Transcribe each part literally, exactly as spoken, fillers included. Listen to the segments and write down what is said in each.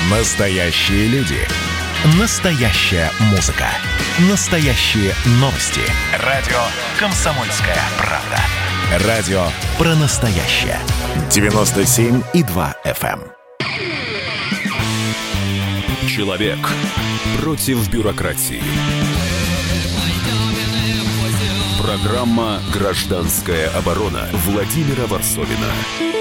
Настоящие люди. Настоящая музыка. Настоящие новости. Радио «Комсомольская правда». Радио про настоящее. девяносто семь и два эф эм. Человек против бюрократии. Программа «Гражданская оборона» Владимира Варсовина.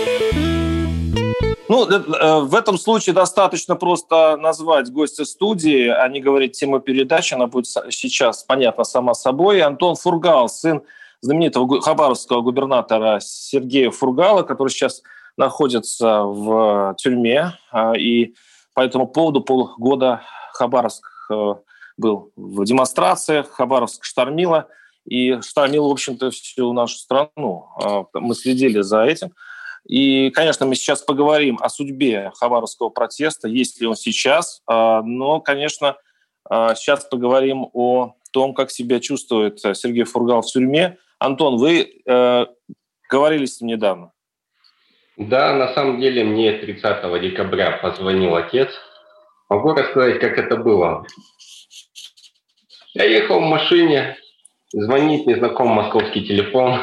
Ну, в этом случае достаточно просто назвать гостя студии, а не говорить тему передачи. Она будет сейчас понятна сама собой. Антон Фургал, сын знаменитого хабаровского губернатора Сергея Фургала, который сейчас находится в тюрьме. И по этому поводу полгода Хабаровск был в демонстрациях, Хабаровск штормило. И штормило, в общем-то, всю нашу страну. Мы следили за этим. И, конечно, мы сейчас поговорим о судьбе хабаровского протеста, есть ли он сейчас. Но, конечно, сейчас поговорим о том, как себя чувствует Сергей Фургал в тюрьме. Антон, вы э, говорили с ним недавно. Да, на самом деле мне тридцатого декабря позвонил отец. Могу рассказать, как это было. Я ехал в машине, звонит незнакомый московский телефон.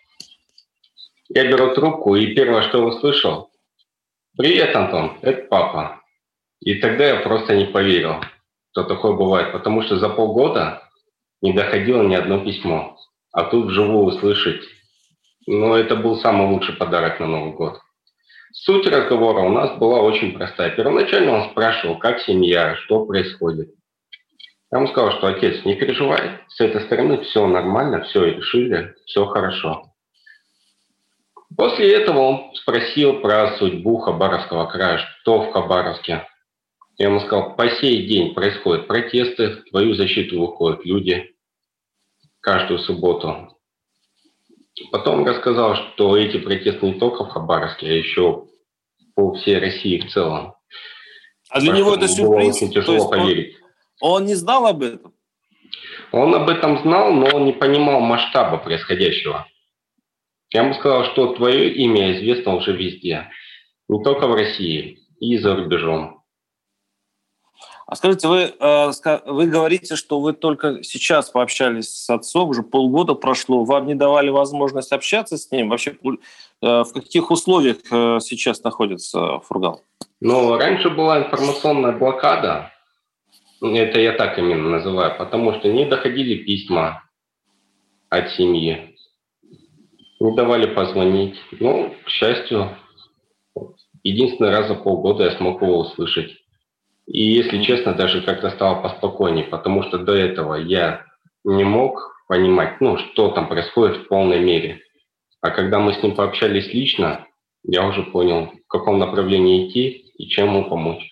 Я беру трубку, и первое, что я услышал: «Привет, Антон, это папа». И тогда я просто не поверил, что такое бывает, потому что за полгода не доходило ни одно письмо. А тут вживую услышать, ну, это был самый лучший подарок на Новый год. Суть разговора у нас была очень простая. Первоначально он спрашивал, как семья, что происходит. Я ему сказал, что отец, не переживай, с этой стороны все нормально, все решили, все хорошо. После этого он спросил про судьбу Хабаровского края, что в Хабаровске. Я ему сказал, по сей день происходят протесты, в твою защиту выходят люди каждую субботу. Потом рассказал, что эти протесты не только в Хабаровске, а еще по всей России в целом. А для него это сюрприз? Очень тяжело поверить. Он, он не знал об этом? Он об этом знал, но он не понимал масштаба происходящего. Я ему сказал, что твое имя известно уже везде, не только в России, и за рубежом. А скажите, вы, вы говорите, что вы только сейчас пообщались с отцом, уже полгода прошло, вам не давали возможность общаться с ним? Вообще, в каких условиях сейчас находится Фургал? Ну, раньше была информационная блокада, это я так именно называю, потому что не доходили письма от семьи. Не давали позвонить. Ну, к счастью, единственный раз за полгода я смог его услышать. И, если честно, даже как-то стало поспокойнее, потому что до этого я не мог понимать, ну, что там происходит в полной мере. А когда мы с ним пообщались лично, я уже понял, в каком направлении идти и чем ему помочь.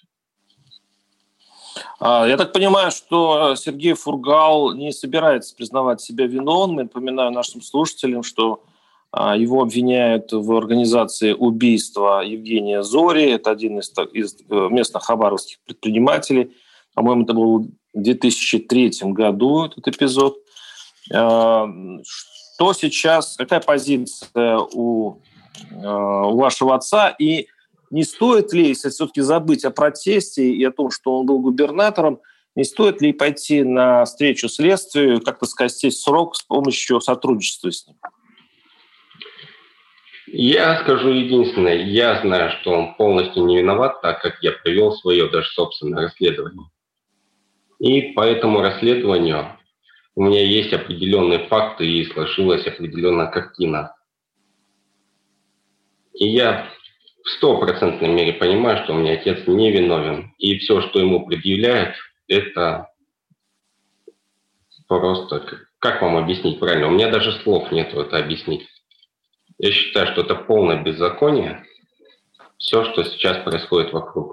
Я так понимаю, что Сергей Фургал не собирается признавать себя виновным. Я напоминаю нашим слушателям, что его обвиняют в организации убийства Евгения Зори. Это один из, из местных хабаровских предпринимателей. По-моему, это был в две тысячи третьем году этот эпизод. Что сейчас, какая позиция у, у вашего отца? И не стоит ли, если все-таки забыть о протесте и о том, что он был губернатором, не стоит ли пойти на встречу следствию, как-то скостить срок с помощью сотрудничества с ним? Я скажу единственное. Я знаю, что он полностью не виноват, так как я провел свое даже собственное расследование. И по этому расследованию у меня есть определенные факты и сложилась определенная картина. И я в стопроцентной мере понимаю, что у меня отец не виновен. И все, что ему предъявляют, это просто... Как вам объяснить правильно? У меня даже слов нет это объяснить. Я считаю, что это полное беззаконие, все, что сейчас происходит вокруг.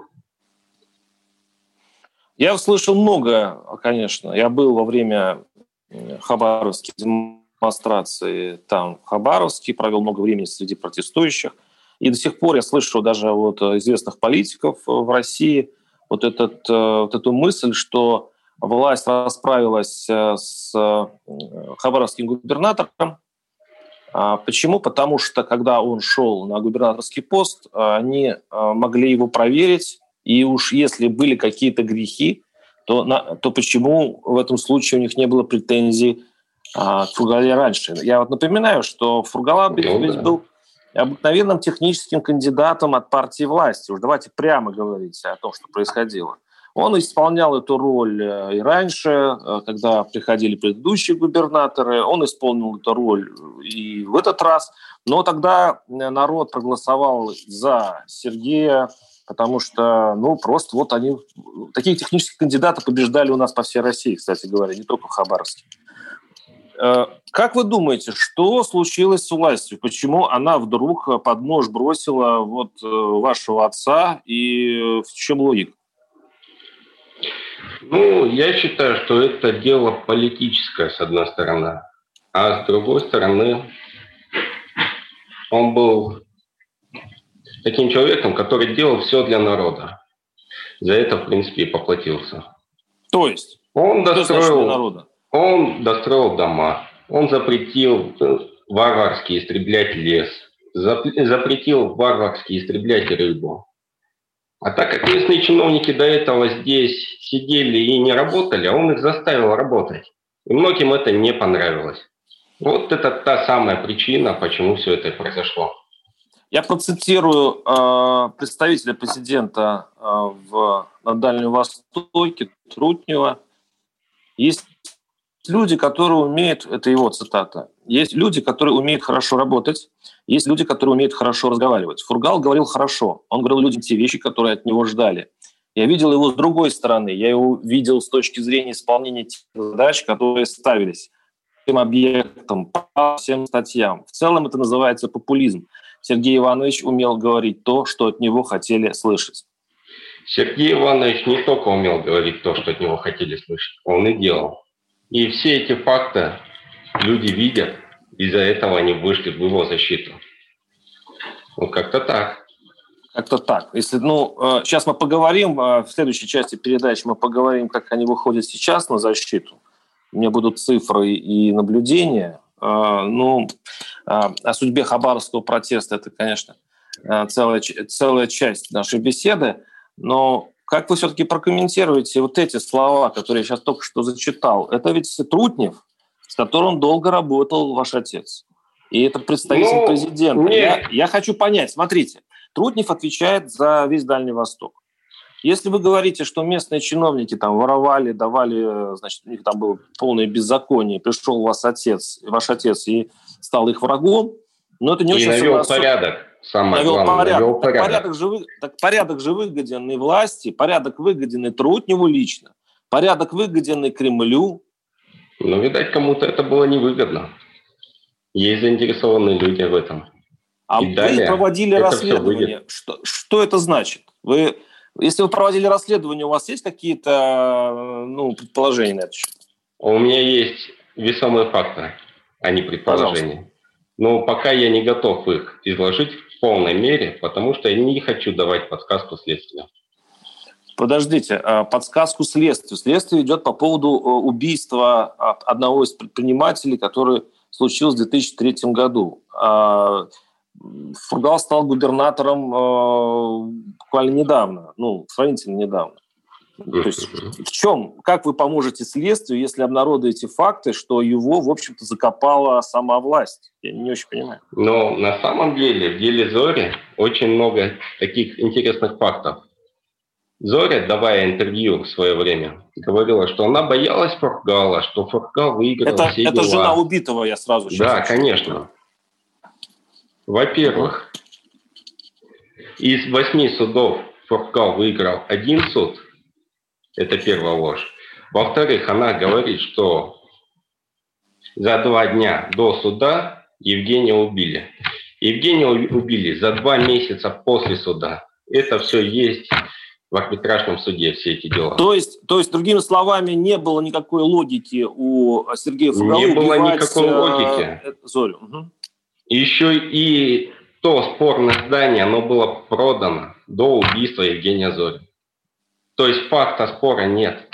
Я услышал много, конечно. Я был во время хабаровских демонстраций там, в Хабаровске, провел много времени среди протестующих. И до сих пор я слышу даже вот известных политиков в России вот, этот, вот эту мысль, что власть расправилась с хабаровским губернатором. Почему? Потому что, когда он шел на губернаторский пост, они могли его проверить И уж если были какие-то грехи, то, на, то почему в этом случае у них не было претензий а, к Фургале раньше? Я вот напоминаю, что Фургала ну, ведь да. был обыкновенным техническим кандидатом от партии власти. Уж давайте прямо говорить о том, что происходило. Он исполнял эту роль и раньше, когда приходили предыдущие губернаторы. Он исполнил эту роль и в этот раз. Но тогда народ проголосовал за Сергея, потому что, ну, просто вот они... Такие технические кандидаты побеждали у нас по всей России, кстати говоря, не только в Хабаровске. Как вы думаете, что случилось с властью? Почему она вдруг под нож бросила вот вашего отца? И в чем логика? Ну, я считаю, что это дело политическое, с одной стороны. А с другой стороны, он был таким человеком, который делал все для народа. За это, в принципе, и поплатился. То есть? Он достроил, народа? Он достроил дома. Он запретил варварски истреблять лес. Запретил варварски истреблять рыбу. А так как местные чиновники до этого здесь сидели и не работали, а он их заставил работать. И многим это не понравилось. Вот это та самая причина, почему все это произошло. Я процитирую э, представителя президента э, в, на Дальнем Востоке, Трутнева. Есть люди, которые умеют, это его цитата, есть люди, которые умеют хорошо работать, есть люди, которые умеют хорошо разговаривать. Фургал говорил хорошо, он говорил людям те вещи, которые от него ждали. Я видел его с другой стороны, я его видел с точки зрения исполнения тех задач, которые ставились всем объектам, по всем статьям. В целом это называется популизм. Сергей Иванович умел говорить то, что от него хотели слышать. Сергей Иванович не только умел говорить то, что от него хотели слышать, он и делал. И все эти факты люди видят, из-за этого они вышли в его защиту. Вот как-то так. Как-то так. Если, ну, сейчас мы поговорим, в следующей части передачи мы поговорим, как они выходят сейчас на защиту. У меня будут цифры и наблюдения. Ну, о судьбе хабаровского протеста это, конечно, целая, целая часть нашей беседы. Но как вы все-таки прокомментируете вот эти слова, которые я сейчас только что зачитал? Это ведь Трутнев, с которым долго работал ваш отец. И это представитель ну, президента. Я, я хочу понять, смотрите, Трутнев отвечает за весь Дальний Восток. Если вы говорите, что местные чиновники там воровали, давали, значит, у них там было полное беззаконие, пришел ваш отец, ваш отец и стал их врагом, но это не и очень... навел согласен... порядок. Самое навел главное, порядок. навел порядок. Так порядок, же вы... так порядок же выгоден и власти, порядок выгоден и Трутневу лично, порядок выгоден и Кремлю. Ну, видать, кому-то это было невыгодно. Есть заинтересованные люди в этом. А и вы проводили расследование. Что, что это значит? Вы, если вы проводили расследование, у вас есть какие-то ну, предположения на это счет? У меня есть весомые факты, а не предположения. Пожалуйста. Но пока я не готов их изложить в полной мере, потому что я не хочу давать подсказку следствию. Подождите, подсказку следствию. Следствие идет по поводу убийства одного из предпринимателей, который случилось в две тысячи третьем году. Фургал стал губернатором буквально недавно, ну, сравнительно недавно. То есть в чем, как вы поможете следствию, если обнародуете факты, что его, в общем-то, закопала сама власть? Я не очень понимаю. Но на самом деле в деле Зори очень много таких интересных фактов. Зоря, давая интервью в свое время, говорила, что она боялась Фургала, что Фургал выиграл это, все это дела. Это жена убитого, я сразу сейчас... Да, конечно. Во-первых, из восьми судов Фургал выиграл один суд. Это первая ложь. Во-вторых, она говорит, что за два дня до суда Евгения убили. Евгения убили за два месяца после суда. Это все есть в арбитражном суде, все эти дела. То есть, то есть, другими словами, не было никакой логики у Сергея Фургала Не было убивать, никакой логики. Зорю. Угу. Еще и то спорное здание, оно было продано до убийства Евгения Зори. То есть факта спора нет.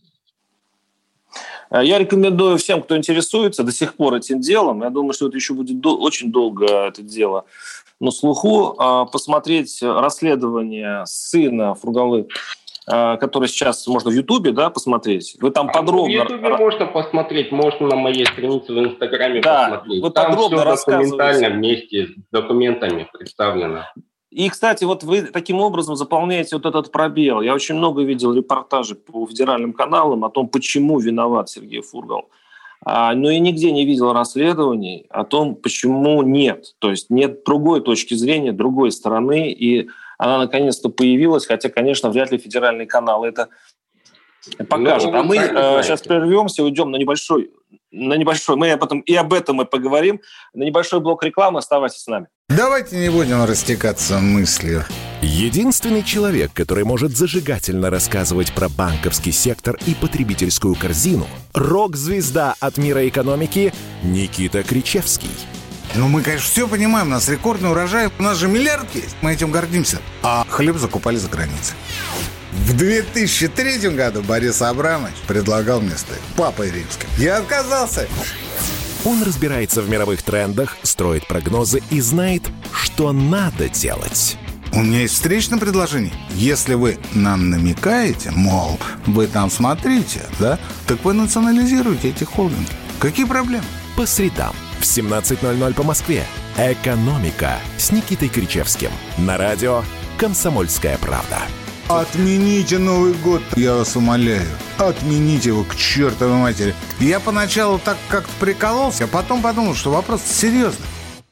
Я рекомендую всем, кто интересуется до сих пор этим делом, я думаю, что это еще будет до- очень долго это дело на слуху, посмотреть расследование сына Фургалы, который сейчас можно в Ютубе, да, посмотреть. Вы там а подробно... В Ютубе можно посмотреть, можно на моей странице в Инстаграме да, посмотреть. Вы там подробно все документально вместе с документами представлено. И, кстати, вот вы таким образом заполняете вот этот пробел. Я очень много видел репортажей по федеральным каналам о том, почему виноват Сергей Фургал. А, но и нигде не видел расследований о том, почему нет. То есть нет другой точки зрения, другой стороны, и она наконец-то появилась, хотя, конечно, вряд ли федеральные каналы это покажут. Ну, а мы э, сейчас прервемся, уйдем на небольшой, на небольшой, мы об этом, и об этом мы поговорим, на небольшой блок рекламы, оставайтесь с нами. Давайте не будем растекаться мыслью. Единственный человек, который может зажигательно рассказывать про банковский сектор и потребительскую корзину, рок-звезда от мира экономики Никита Кричевский. Ну, мы, конечно, все понимаем, у нас рекордный урожай, у нас же миллиард есть, мы этим гордимся. А хлеб закупали за границей. В две тысячи третьем году Борис Абрамович предлагал мне стать папой римским. Я отказался. Он разбирается в мировых трендах, строит прогнозы и знает, что надо делать. У меня есть встречное предложение. Если вы нам намекаете, мол, вы там смотрите, да, так вы национализируете эти холдинги. Какие проблемы? По средам в семнадцать ноль ноль по Москве. «Экономика» с Никитой Кричевским. На радио «Комсомольская правда». Отмените Новый год, я вас умоляю. Отмените его к чертовой матери. Я поначалу так как-то прикололся, а потом подумал, что вопрос серьезный.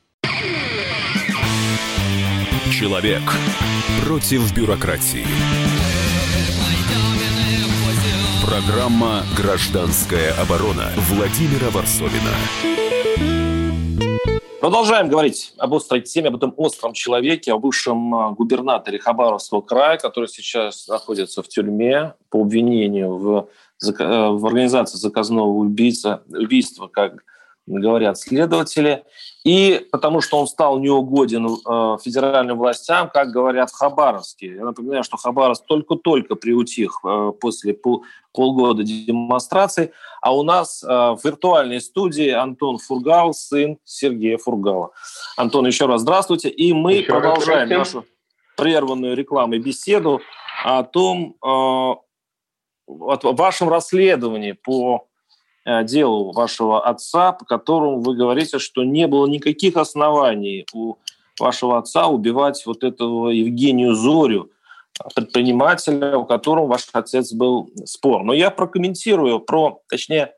Человек против бюрократии. Программа «Гражданская оборона» Владимира Варсовина. Продолжаем говорить об острой теме, об этом остром человеке, о бывшем губернаторе Хабаровского края, который сейчас находится в тюрьме по обвинению в, в организации заказного убийца, убийства, как говорят следователи, и потому что он стал неугоден э, федеральным властям, как говорят в Хабаровске. Я напоминаю, что Хабаровск только-только приутих э, после пол, полгода демонстраций, а у нас э, в виртуальной студии Антон Фургал, сын Сергея Фургала. Антон, еще раз здравствуйте. И мы еще продолжаем нашу прерванную рекламой беседу о том, э, о вашем расследовании по делу вашего отца, по которому вы говорите, что не было никаких оснований у вашего отца убивать вот этого Евгению Зорю, предпринимателя, у которого ваш отец был спор. Но я прокомментирую, про, точнее,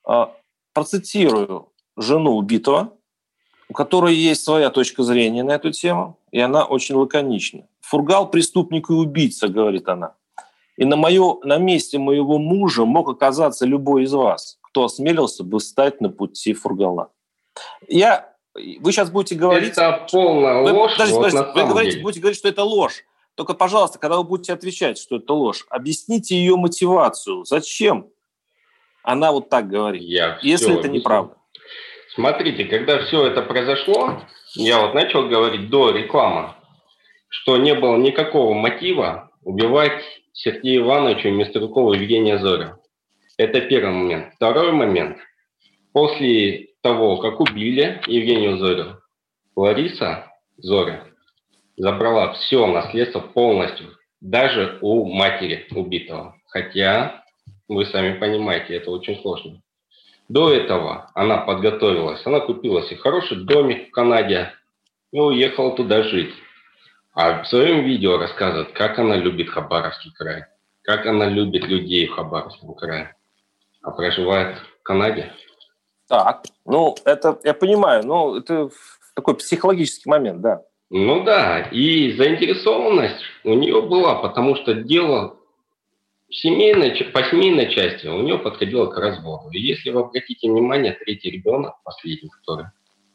процитирую жену убитого, у которой есть своя точка зрения на эту тему, и она очень лаконична. «Фургал – преступник и убийца», — говорит она. «И на, моё, на месте моего мужа мог оказаться любой из вас, кто осмелился бы встать на пути Фургала». Я, вы сейчас будете говорить... Это полная вы, ложь. Подождите, вот подождите, вы говорите, будете говорить, что это ложь. Только, пожалуйста, когда вы будете отвечать, что это ложь, объясните ее мотивацию. Зачем она вот так говорит, я если это объясню. Неправда? Смотрите, когда все это произошло, я вот начал говорить до рекламы, что не было никакого мотива убивать Сергея Ивановича Мистрюкова и Евгения Зоря. Это первый момент. Второй момент. После того, как убили Евгению Зорю, Лариса Зоря забрала все наследство полностью, даже у матери убитого. Хотя, вы сами понимаете, это очень сложно. До этого она подготовилась, она купила себе хороший домик в Канаде и уехала туда жить. А в своем видео рассказывает, как она любит Хабаровский край, как она любит людей в Хабаровском крае, а проживает в Канаде. Так, ну, это я понимаю, но это такой психологический момент, да. Ну да, и заинтересованность у нее была, потому что дело семейной, по семейной части у нее подходило к разводу. И если вы обратите внимание, третий ребенок, последний, который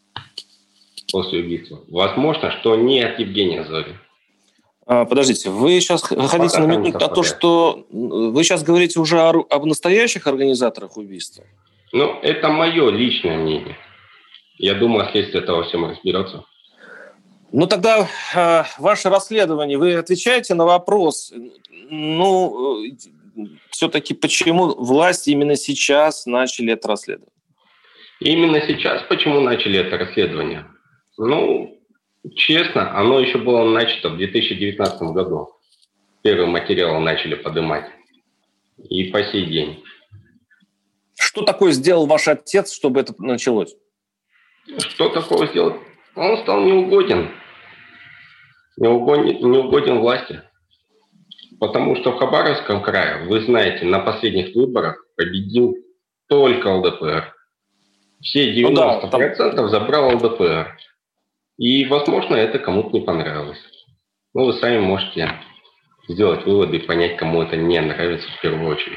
после убийства, возможно, что не от Евгения Зори. А, подождите, вы сейчас хотите намекнуть на то, что вы сейчас говорите уже о, об настоящих организаторах убийства? Ну, это мое личное мнение. Я думаю, следствие этого во всем разберется. Ну, тогда э, ваше расследование, вы отвечаете на вопрос, ну, э, все-таки почему власти именно сейчас начали это расследование? Именно сейчас почему начали это расследование? Ну, Честно, оно еще было начато в две тысячи девятнадцатом году. Первые материалы начали поднимать. И по сей день. Что такое сделал ваш отец, чтобы это началось? Что такого сделал? Он стал неугоден. Неугоден, неугоден власти. Потому что в Хабаровском крае, вы знаете, на последних выборах победил только ЛДПР. Все девяносто процентов ну да, там... забрал ЛДПР. И, возможно, это кому-то не понравилось. Ну, вы сами можете сделать выводы и понять, кому это не нравится в первую очередь.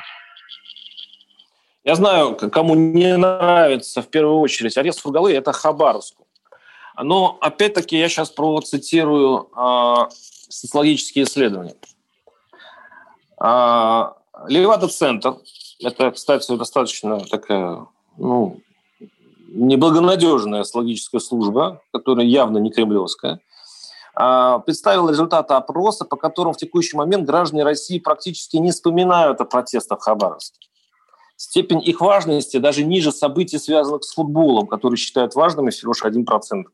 Я знаю, кому не нравится в первую очередь арест Фургалы, это Хабаровску. Но, опять-таки, я сейчас процитирую э, социологические исследования. Э, Левада-центр, это, кстати, достаточно такая, ну, неблагонадежная социологическая служба, которая явно не кремлевская, э, представила результаты опроса, по которым в текущий момент граждане России практически не вспоминают о протестах в Хабаровске. Степень их важности даже ниже событий, связанных с футболом, которые считают важными всего лишь один процент.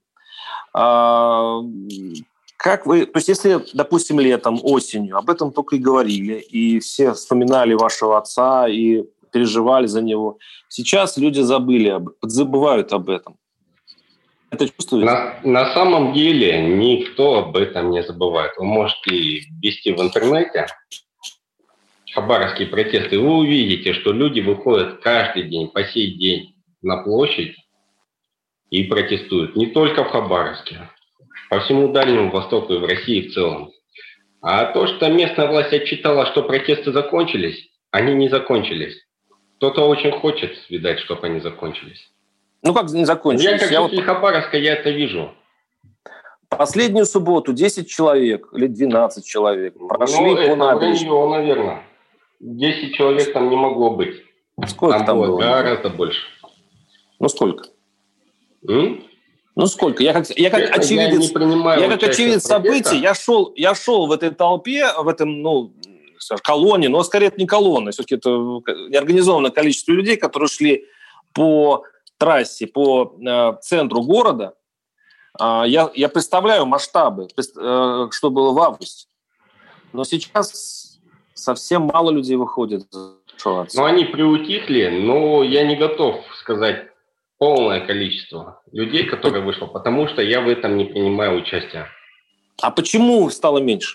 А, как вы, то есть если, допустим, летом, осенью об этом только и говорили, и все вспоминали вашего отца и переживали за него, сейчас люди забыли, забывают об этом. Это чувствуете? На, на самом деле никто об этом не забывает. Вы можете ввести в интернете хабаровские протесты, вы увидите, что люди выходят каждый день, по сей день на площадь и протестуют. Не только в Хабаровске, по всему Дальнему Востоку и в России в целом. А то, что местная власть отчитала, что протесты закончились, они не закончились. Кто-то очень хочет, видать, чтобы они закончились. Ну как не закончились? Я как житель вот... Хабаровска, я это вижу. Последнюю субботу десять человек или двенадцать человек прошли ну, по набережной. Ну, наверное. десять человек там не могло быть. Сколько там, там было? Гораздо больше. Ну, сколько? М? Ну, сколько? Я как, я как Честно, очевидец, я я как очевидец событий, я шел, я шел в этой толпе, в этом, ну, колонне, но скорее это не колонна, все-таки это неорганизованное количество людей, которые шли по трассе, по э, центру города. Э, я, я представляю масштабы, э, что было в августе. Но сейчас совсем мало людей выходит. Ну, они приутихли, но я не готов сказать полное количество людей, которое вышло, потому что я в этом не принимаю участия. А почему стало меньше?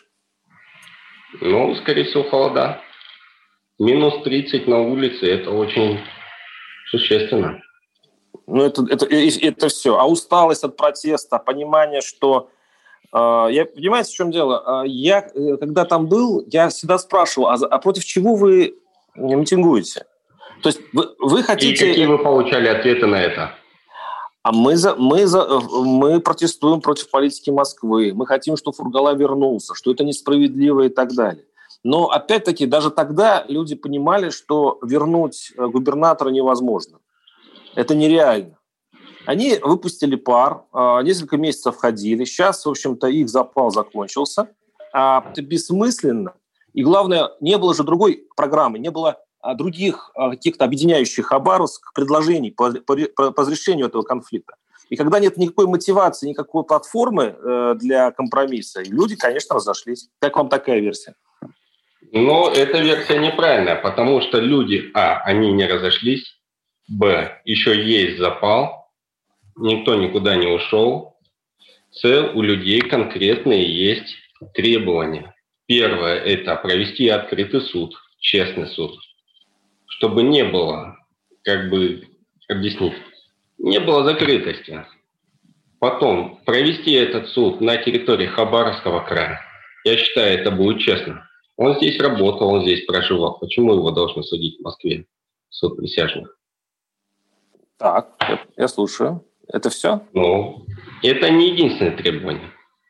Ну, скорее всего, холода. Минус тридцать на улице – это очень существенно. Ну, это, это, это все. А усталость от протеста, понимание, что... Э, я, понимаете, в чем дело? Я, когда там был, я всегда спрашивал, а, а против чего вы митингуете? То есть вы, вы хотите... И какие вы получали ответы на это? А мы, за, мы, за, мы протестуем против политики Москвы. Мы хотим, чтобы Фургала вернулся, что это несправедливо и так далее. Но, опять-таки, даже тогда люди понимали, что вернуть губернатора невозможно. Это нереально. Они выпустили пар, несколько месяцев ходили. Сейчас, в общем-то, их запал закончился. А это бессмысленно. И, главное, не было же другой программы, не было других каких-то объединяющих Хабаровск предложений по, по, по разрешению этого конфликта. И когда нет никакой мотивации, никакой платформы э, для компромисса, люди, конечно, разошлись. Как вам такая версия? Ну, эта версия неправильная, потому что люди, а, они не разошлись, б, еще есть запал, никто никуда не ушел, с, у людей конкретные есть требования. Первое – это провести открытый суд, честный суд. Чтобы не было, как бы объяснить, не было закрытости. Потом провести этот суд на территории Хабаровского края. Я считаю, это будет честно. Он здесь работал, он здесь проживал. Почему его должны судить в Москве, суд присяжных? Так, я, я слушаю. Это все? Ну, это не единственное требование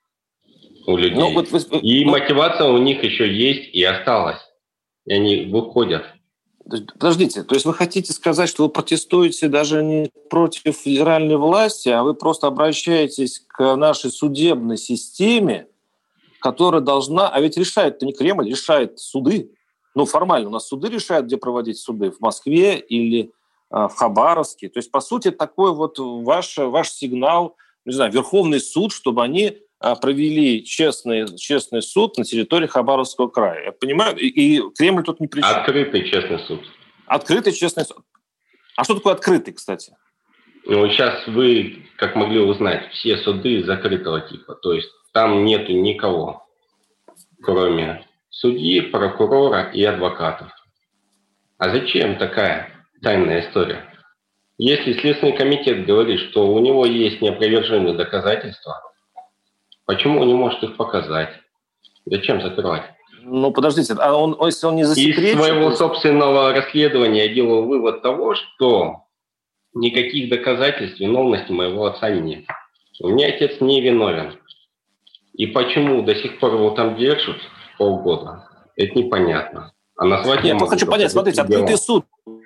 у людей. Ну, вот вы, и ну... мотивация у них еще есть и осталась. И они выходят. Подождите, то есть вы хотите сказать, что вы протестуете даже не против федеральной власти, а вы просто обращаетесь к нашей судебной системе, которая должна... А ведь решает-то не Кремль, решает суды. Ну, формально у нас суды решают, где проводить суды. В Москве или э, в Хабаровске. То есть, по сути, такой вот ваш, ваш сигнал не знаю, Верховный суд, чтобы они провели честный, честный суд на территории Хабаровского края. Я понимаю, и, и Кремль тут не при чем. Открытый честный суд. Открытый честный суд. А что такое открытый, кстати? Ну, сейчас вы, как могли узнать, все суды закрытого типа. То есть там нету никого, кроме судьи, прокурора и адвокатов. А зачем такая тайная история? Если Следственный комитет говорит, что у него есть неопровержимые доказательства, почему он не может их показать? Зачем закрывать? Ну, подождите, а он, если он не засекречен... Из своего собственного расследования я делаю вывод того, что никаких доказательств виновности моего отца нет. У меня отец не виновен. И почему до сих пор его там держат полгода, это непонятно. А назвать я могу, хочу понять, смотрите, открытый суд,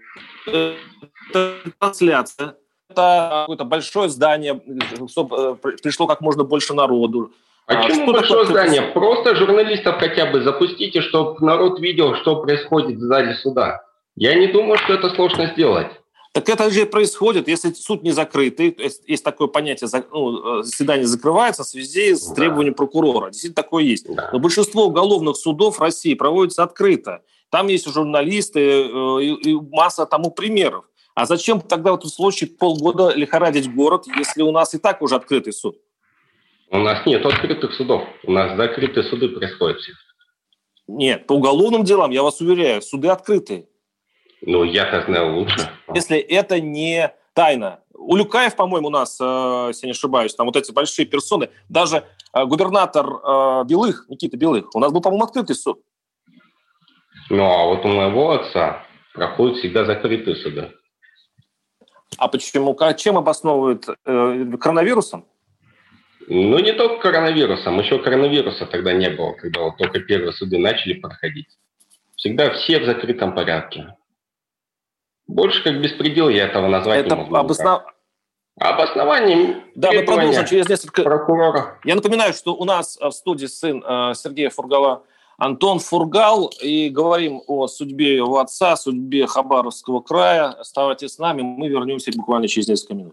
это трансляция, это какое-то большое здание, чтобы пришло как можно больше народу. Почему а большое здание? Просто журналистов хотя бы запустите, чтобы народ видел, что происходит в зале суда. Я не думаю, что это сложно сделать. Так это же происходит, если суд не закрытый, есть, есть такое понятие, ну, заседание закрывается в связи с требованием да. прокурора. Действительно такое есть. Да. Но большинство уголовных судов в России проводится открыто. Там есть журналисты и, и масса тому примеров. А зачем тогда в этом случае полгода лихорадить город, если у нас и так уже открытый суд? У нас нет открытых судов. У нас закрытые суды происходят все. Нет, по уголовным делам, я вас уверяю, суды открытые. Ну, я-то знаю лучше. Если это не тайна. Улюкаев, по-моему, у нас, если не ошибаюсь, там вот эти большие персоны, даже губернатор Белых, Никита Белых, у нас был, по-моему, открытый суд. Ну, а вот у моего отца проходят всегда закрытые суды. А почему? Чем обосновывают? Коронавирусом? Ну, не только коронавирусом. Еще коронавируса тогда не было, когда вот только первые суды начали проходить. Всегда все в закрытом порядке. Больше как беспредел я этого назвать это не могу. Обоснов... Обоснование да, мы продолжим через несколько... прокурора. Я напоминаю, что у нас в студии сын Сергея Фургала Антон Фургал, и говорим о судьбе его отца, судьбе Хабаровского края. Оставайтесь с нами, мы вернемся буквально через несколько минут.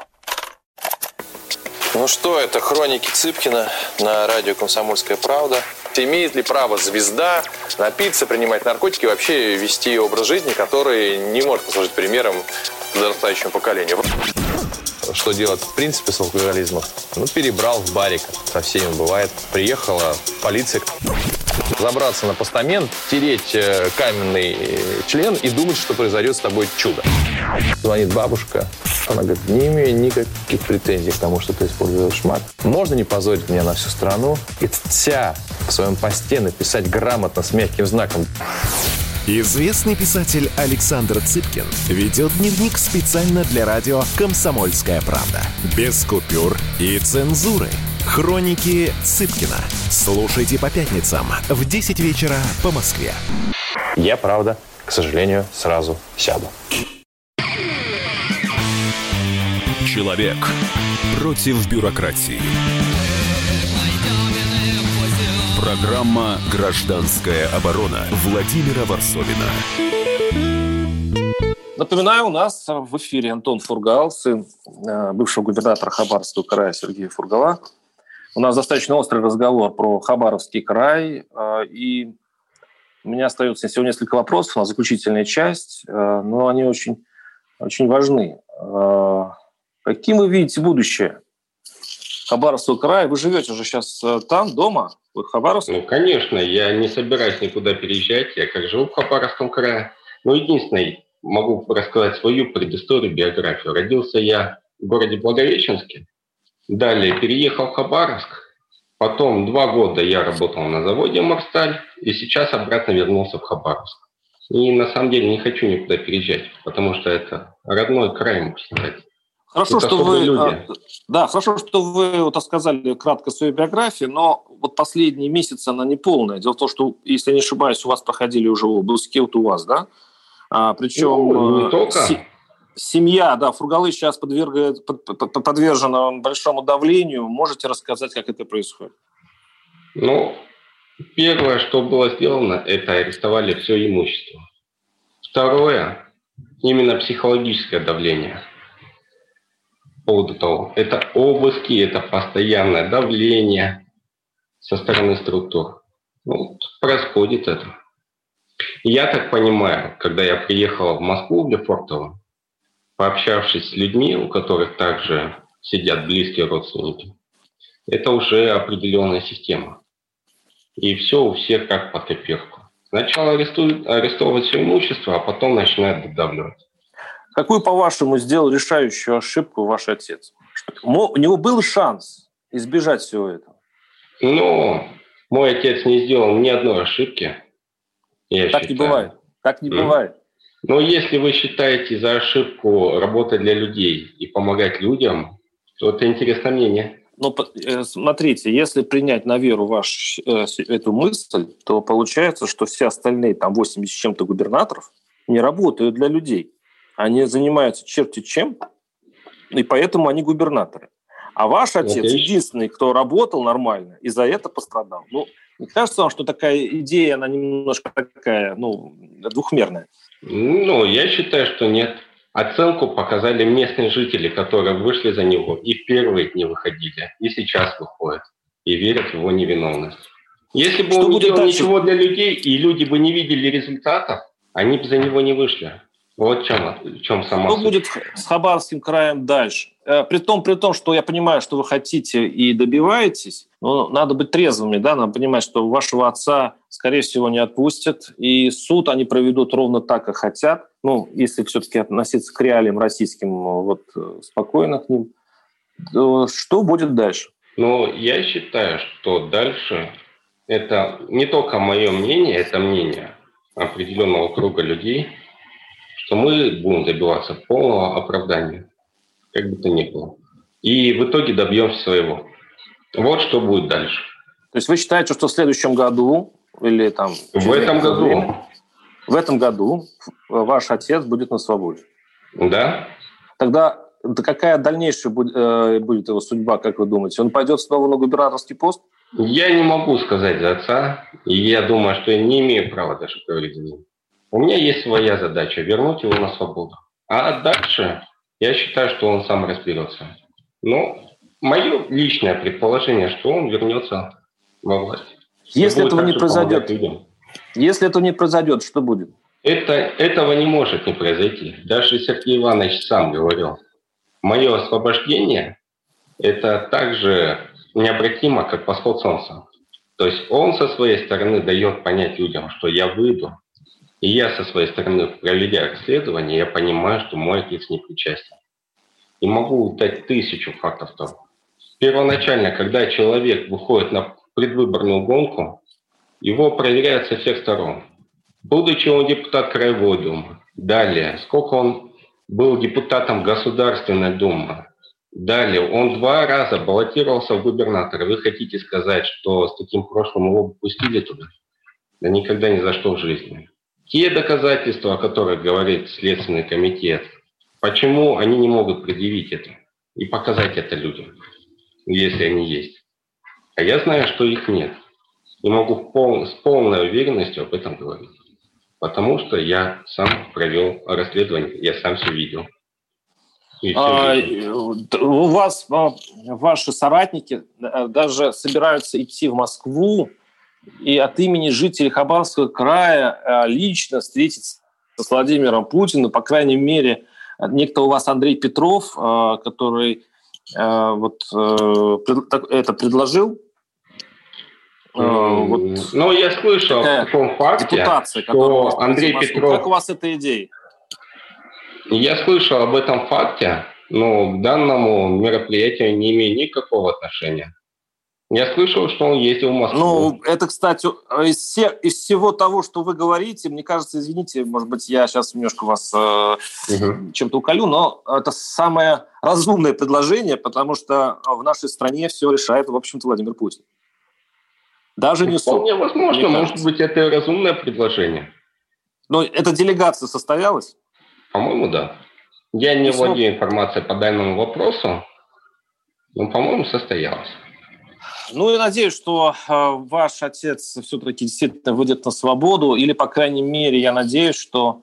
Ну что, это хроники Цыпкина на радио «Комсомольская правда». Имеет ли право звезда напиться, принимать наркотики и вообще вести образ жизни, который не может послужить примером подрастающему поколению? Что делать в принципе с алкоголизмом? Ну, перебрал в барик. Со всеми бывает. Приехала полиция. Забраться на постамент, тереть каменный член и думать, что произойдет с тобой чудо. Звонит бабушка. Она говорит, не имею никаких претензий к тому, что ты используешь мат. Можно не позорить меня на всю страну и вся в своем посте написать грамотно с мягким знаком. Известный писатель Александр Цыпкин ведет дневник специально для радио «Комсомольская правда». Без купюр и цензуры. Хроники Цыпкина. Слушайте по пятницам в десять вечера по Москве. Я, правда, к сожалению, сразу сяду. Человек против бюрократии. Программа «Гражданская оборона» Владимира Варсовина. Напоминаю, у нас в эфире Антон Фургал, сын бывшего губернатора Хабаровского края Сергея Фургала. У нас достаточно острый разговор про Хабаровский край. И у меня остается всего несколько вопросов на заключительная часть, но они очень, очень важны. Каким вы видите будущее Хабаровского края? Вы живете же сейчас там, дома, в Хабаровске? Ну, конечно, я не собираюсь никуда переезжать. Я как живу в Хабаровском крае. Но единственное, могу рассказать свою предысторию, биографию. Родился я в городе Благовещенске. Далее переехал в Хабаровск. Потом два года я работал на заводе «Морсталь». И сейчас обратно вернулся в Хабаровск. И на самом деле не хочу никуда переезжать, потому что это родной край, можно сказать. Хорошо, что вы, да, хорошо, что вы вот рассказали кратко свою биографию, но вот последние месяцы она не полная. Дело в том, что, если не ошибаюсь, у вас проходили уже обыски, вот у вас, да? А, причем ну, не только. С, семья, да, Фургалы сейчас подвергает, под, под, подвержена большому давлению. Можете рассказать, как это происходит? Ну, первое, что было сделано, это арестовали все имущество. Второе, именно психологическое давление. поводу того. Это обыски, это постоянное давление со стороны структур. Ну, происходит это. Я так понимаю, когда я приехал в Москву, в Лефортово, пообщавшись с людьми, у которых также сидят близкие родственники, это уже определенная система. И все у всех как под копирку. Сначала арестуют, арестовывают все имущество, а потом начинают додавливать. Какую, по-вашему, сделал решающую ошибку ваш отец? У него был шанс избежать всего этого? Ну, мой отец не сделал ни одной ошибки. Я так считаю. не бывает. Так не mm. бывает. Но если вы считаете за ошибку работать для людей и помогать людям, то это интересное мнение. Но смотрите, если принять на веру ваш, эту мысль, то получается, что все остальные, там восемьдесят с чем-то губернаторов, не работают для людей. Они занимаются черти чем, и поэтому они губернаторы. А ваш отец okay. единственный, кто работал нормально, и за это пострадал. Ну, не кажется вам, что такая идея, она немножко такая, ну, двухмерная? Ну, я считаю, что нет. Оценку показали местные жители, которые вышли за него и в первые дни выходили, и сейчас выходят, и верят в его невиновность. Если бы что он не делал дальше? Ничего для людей, и люди бы не видели результатов, они бы за него не вышли. Вот в чем, в чем сама Что суть. будет с Хабаровским краем дальше? При том, при том, что я понимаю, что вы хотите и добиваетесь, но надо быть трезвыми, да, надо понимать, что вашего отца, скорее всего, не отпустят, и суд они проведут ровно так, как хотят. Ну, если все-таки относиться к реалиям российским, вот, спокойно к ним. Что будет дальше? Ну, я считаю, что дальше это не только мое мнение, это мнение определенного круга людей, что мы будем добиваться полного оправдания, как бы то ни было. И в итоге добьемся своего. Вот что будет дальше. То есть вы считаете, что в следующем году или там... В этом году. Время, в этом году ваш отец будет на свободе? Да. Тогда да какая дальнейшая будет, э, будет его судьба, как вы думаете? Он пойдет снова на губернаторский пост? Я не могу сказать за отца. И я думаю, что я не имею права даже говорить за него. У меня есть своя задача – вернуть его на свободу. А дальше я считаю, что он сам разберется. Но мое личное предположение, что он вернется во власть. Если этого не произойдет, если этого не произойдет, что будет? Это, этого не может не произойти. Даже Сергей Иванович сам говорил. Мое освобождение – это так же необратимо, как восход солнца. То есть он со своей стороны дает понять людям, что я выйду. И я со своей стороны, проведя расследование, я понимаю, что мой отец не причастен. И могу дать тысячу фактов того. Первоначально, когда человек выходит на предвыборную гонку, его проверяют со всех сторон. Будучи он депутат Краевой Думы, далее, сколько он был депутатом Государственной Думы, далее, он два раза баллотировался в губернаторы. Вы хотите сказать, что с таким прошлым его пустили туда? Да никогда ни за что в жизни. Те доказательства, о которых говорит Следственный комитет, почему они не могут предъявить это и показать это людям, если они есть? А я знаю, что их нет. И могу пол, с полной уверенностью об этом говорить. Потому что я сам провел расследование, я сам все видел. А, у вас ваши соратники даже собираются идти в Москву и от имени жителей Хабаровского края лично встретиться с Владимиром Путиным. По крайней мере, некто у вас Андрей Петров, который вот это предложил. Вот. Ну, я слышал о таком факте, что Андрей Петров... Как у вас эта идея? Я слышал об этом факте, но к данному мероприятию не имею никакого отношения. Я слышал, что он ездил в Москву. Ну, это, кстати, из, все, из всего того, что вы говорите, мне кажется, извините, может быть, я сейчас немножко вас э, угу. чем-то уколю, но это самое разумное предложение, потому что в нашей стране все решает, в общем-то, Владимир Путин. Даже не суд. Вполне возможно, может быть, это и разумное предложение. Но эта делегация состоялась? По-моему, да. Я не Письмо... владею информацией по данному вопросу, но, по-моему, состоялась. Ну, я надеюсь, что э, ваш отец все-таки действительно выйдет на свободу, или, по крайней мере, я надеюсь, что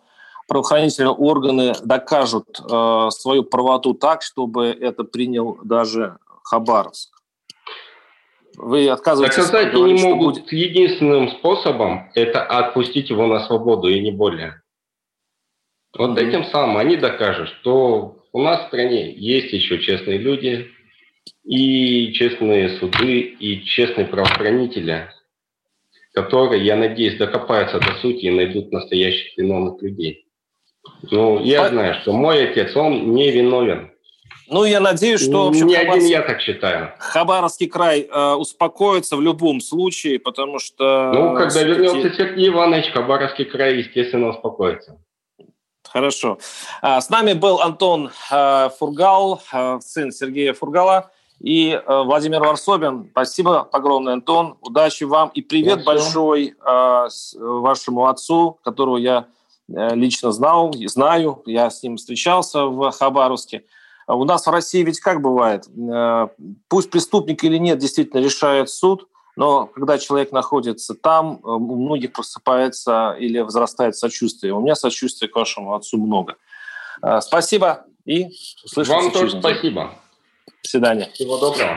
правоохранительные органы докажут э, свою правоту так, чтобы это принял даже Хабаровск? Вы отказываетесь... Доказать они могут будет... единственным способом – это отпустить его на свободу, и не более. Вот mm-hmm. этим самым они докажут, что у нас в стране есть еще честные люди, и честные суды, и честные правоохранители, которые, я надеюсь, докопаются до сути и найдут настоящих виновных людей. Ну, я а... знаю, что мой отец, он не виновен. Ну, я надеюсь, что... Общем, не Хабаровск... один я так считаю. Хабаровский край э, успокоится в любом случае, потому что... Ну, когда все-таки... вернется Сергей Иванович, Хабаровский край, естественно, успокоится. Хорошо. А, с нами был Антон э, Фургал, э, сын Сергея Фургала, и э, Владимир Варсобин. Спасибо огромное, Антон. Удачи вам. И привет ну, большой э, вашему отцу, которого я э, лично знал, знаю. Я с ним встречался в Хабаровске. У нас в России ведь как бывает? Пусть преступник или нет, действительно решает суд, но когда человек находится там, у многих просыпается или возрастает сочувствие. У меня сочувствия к вашему отцу много. Спасибо и услышимся. Вам тоже спасибо. До свидания. Всего доброго.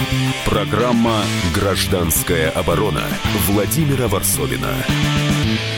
Программа «Гражданская оборона» Владимира Варсобина.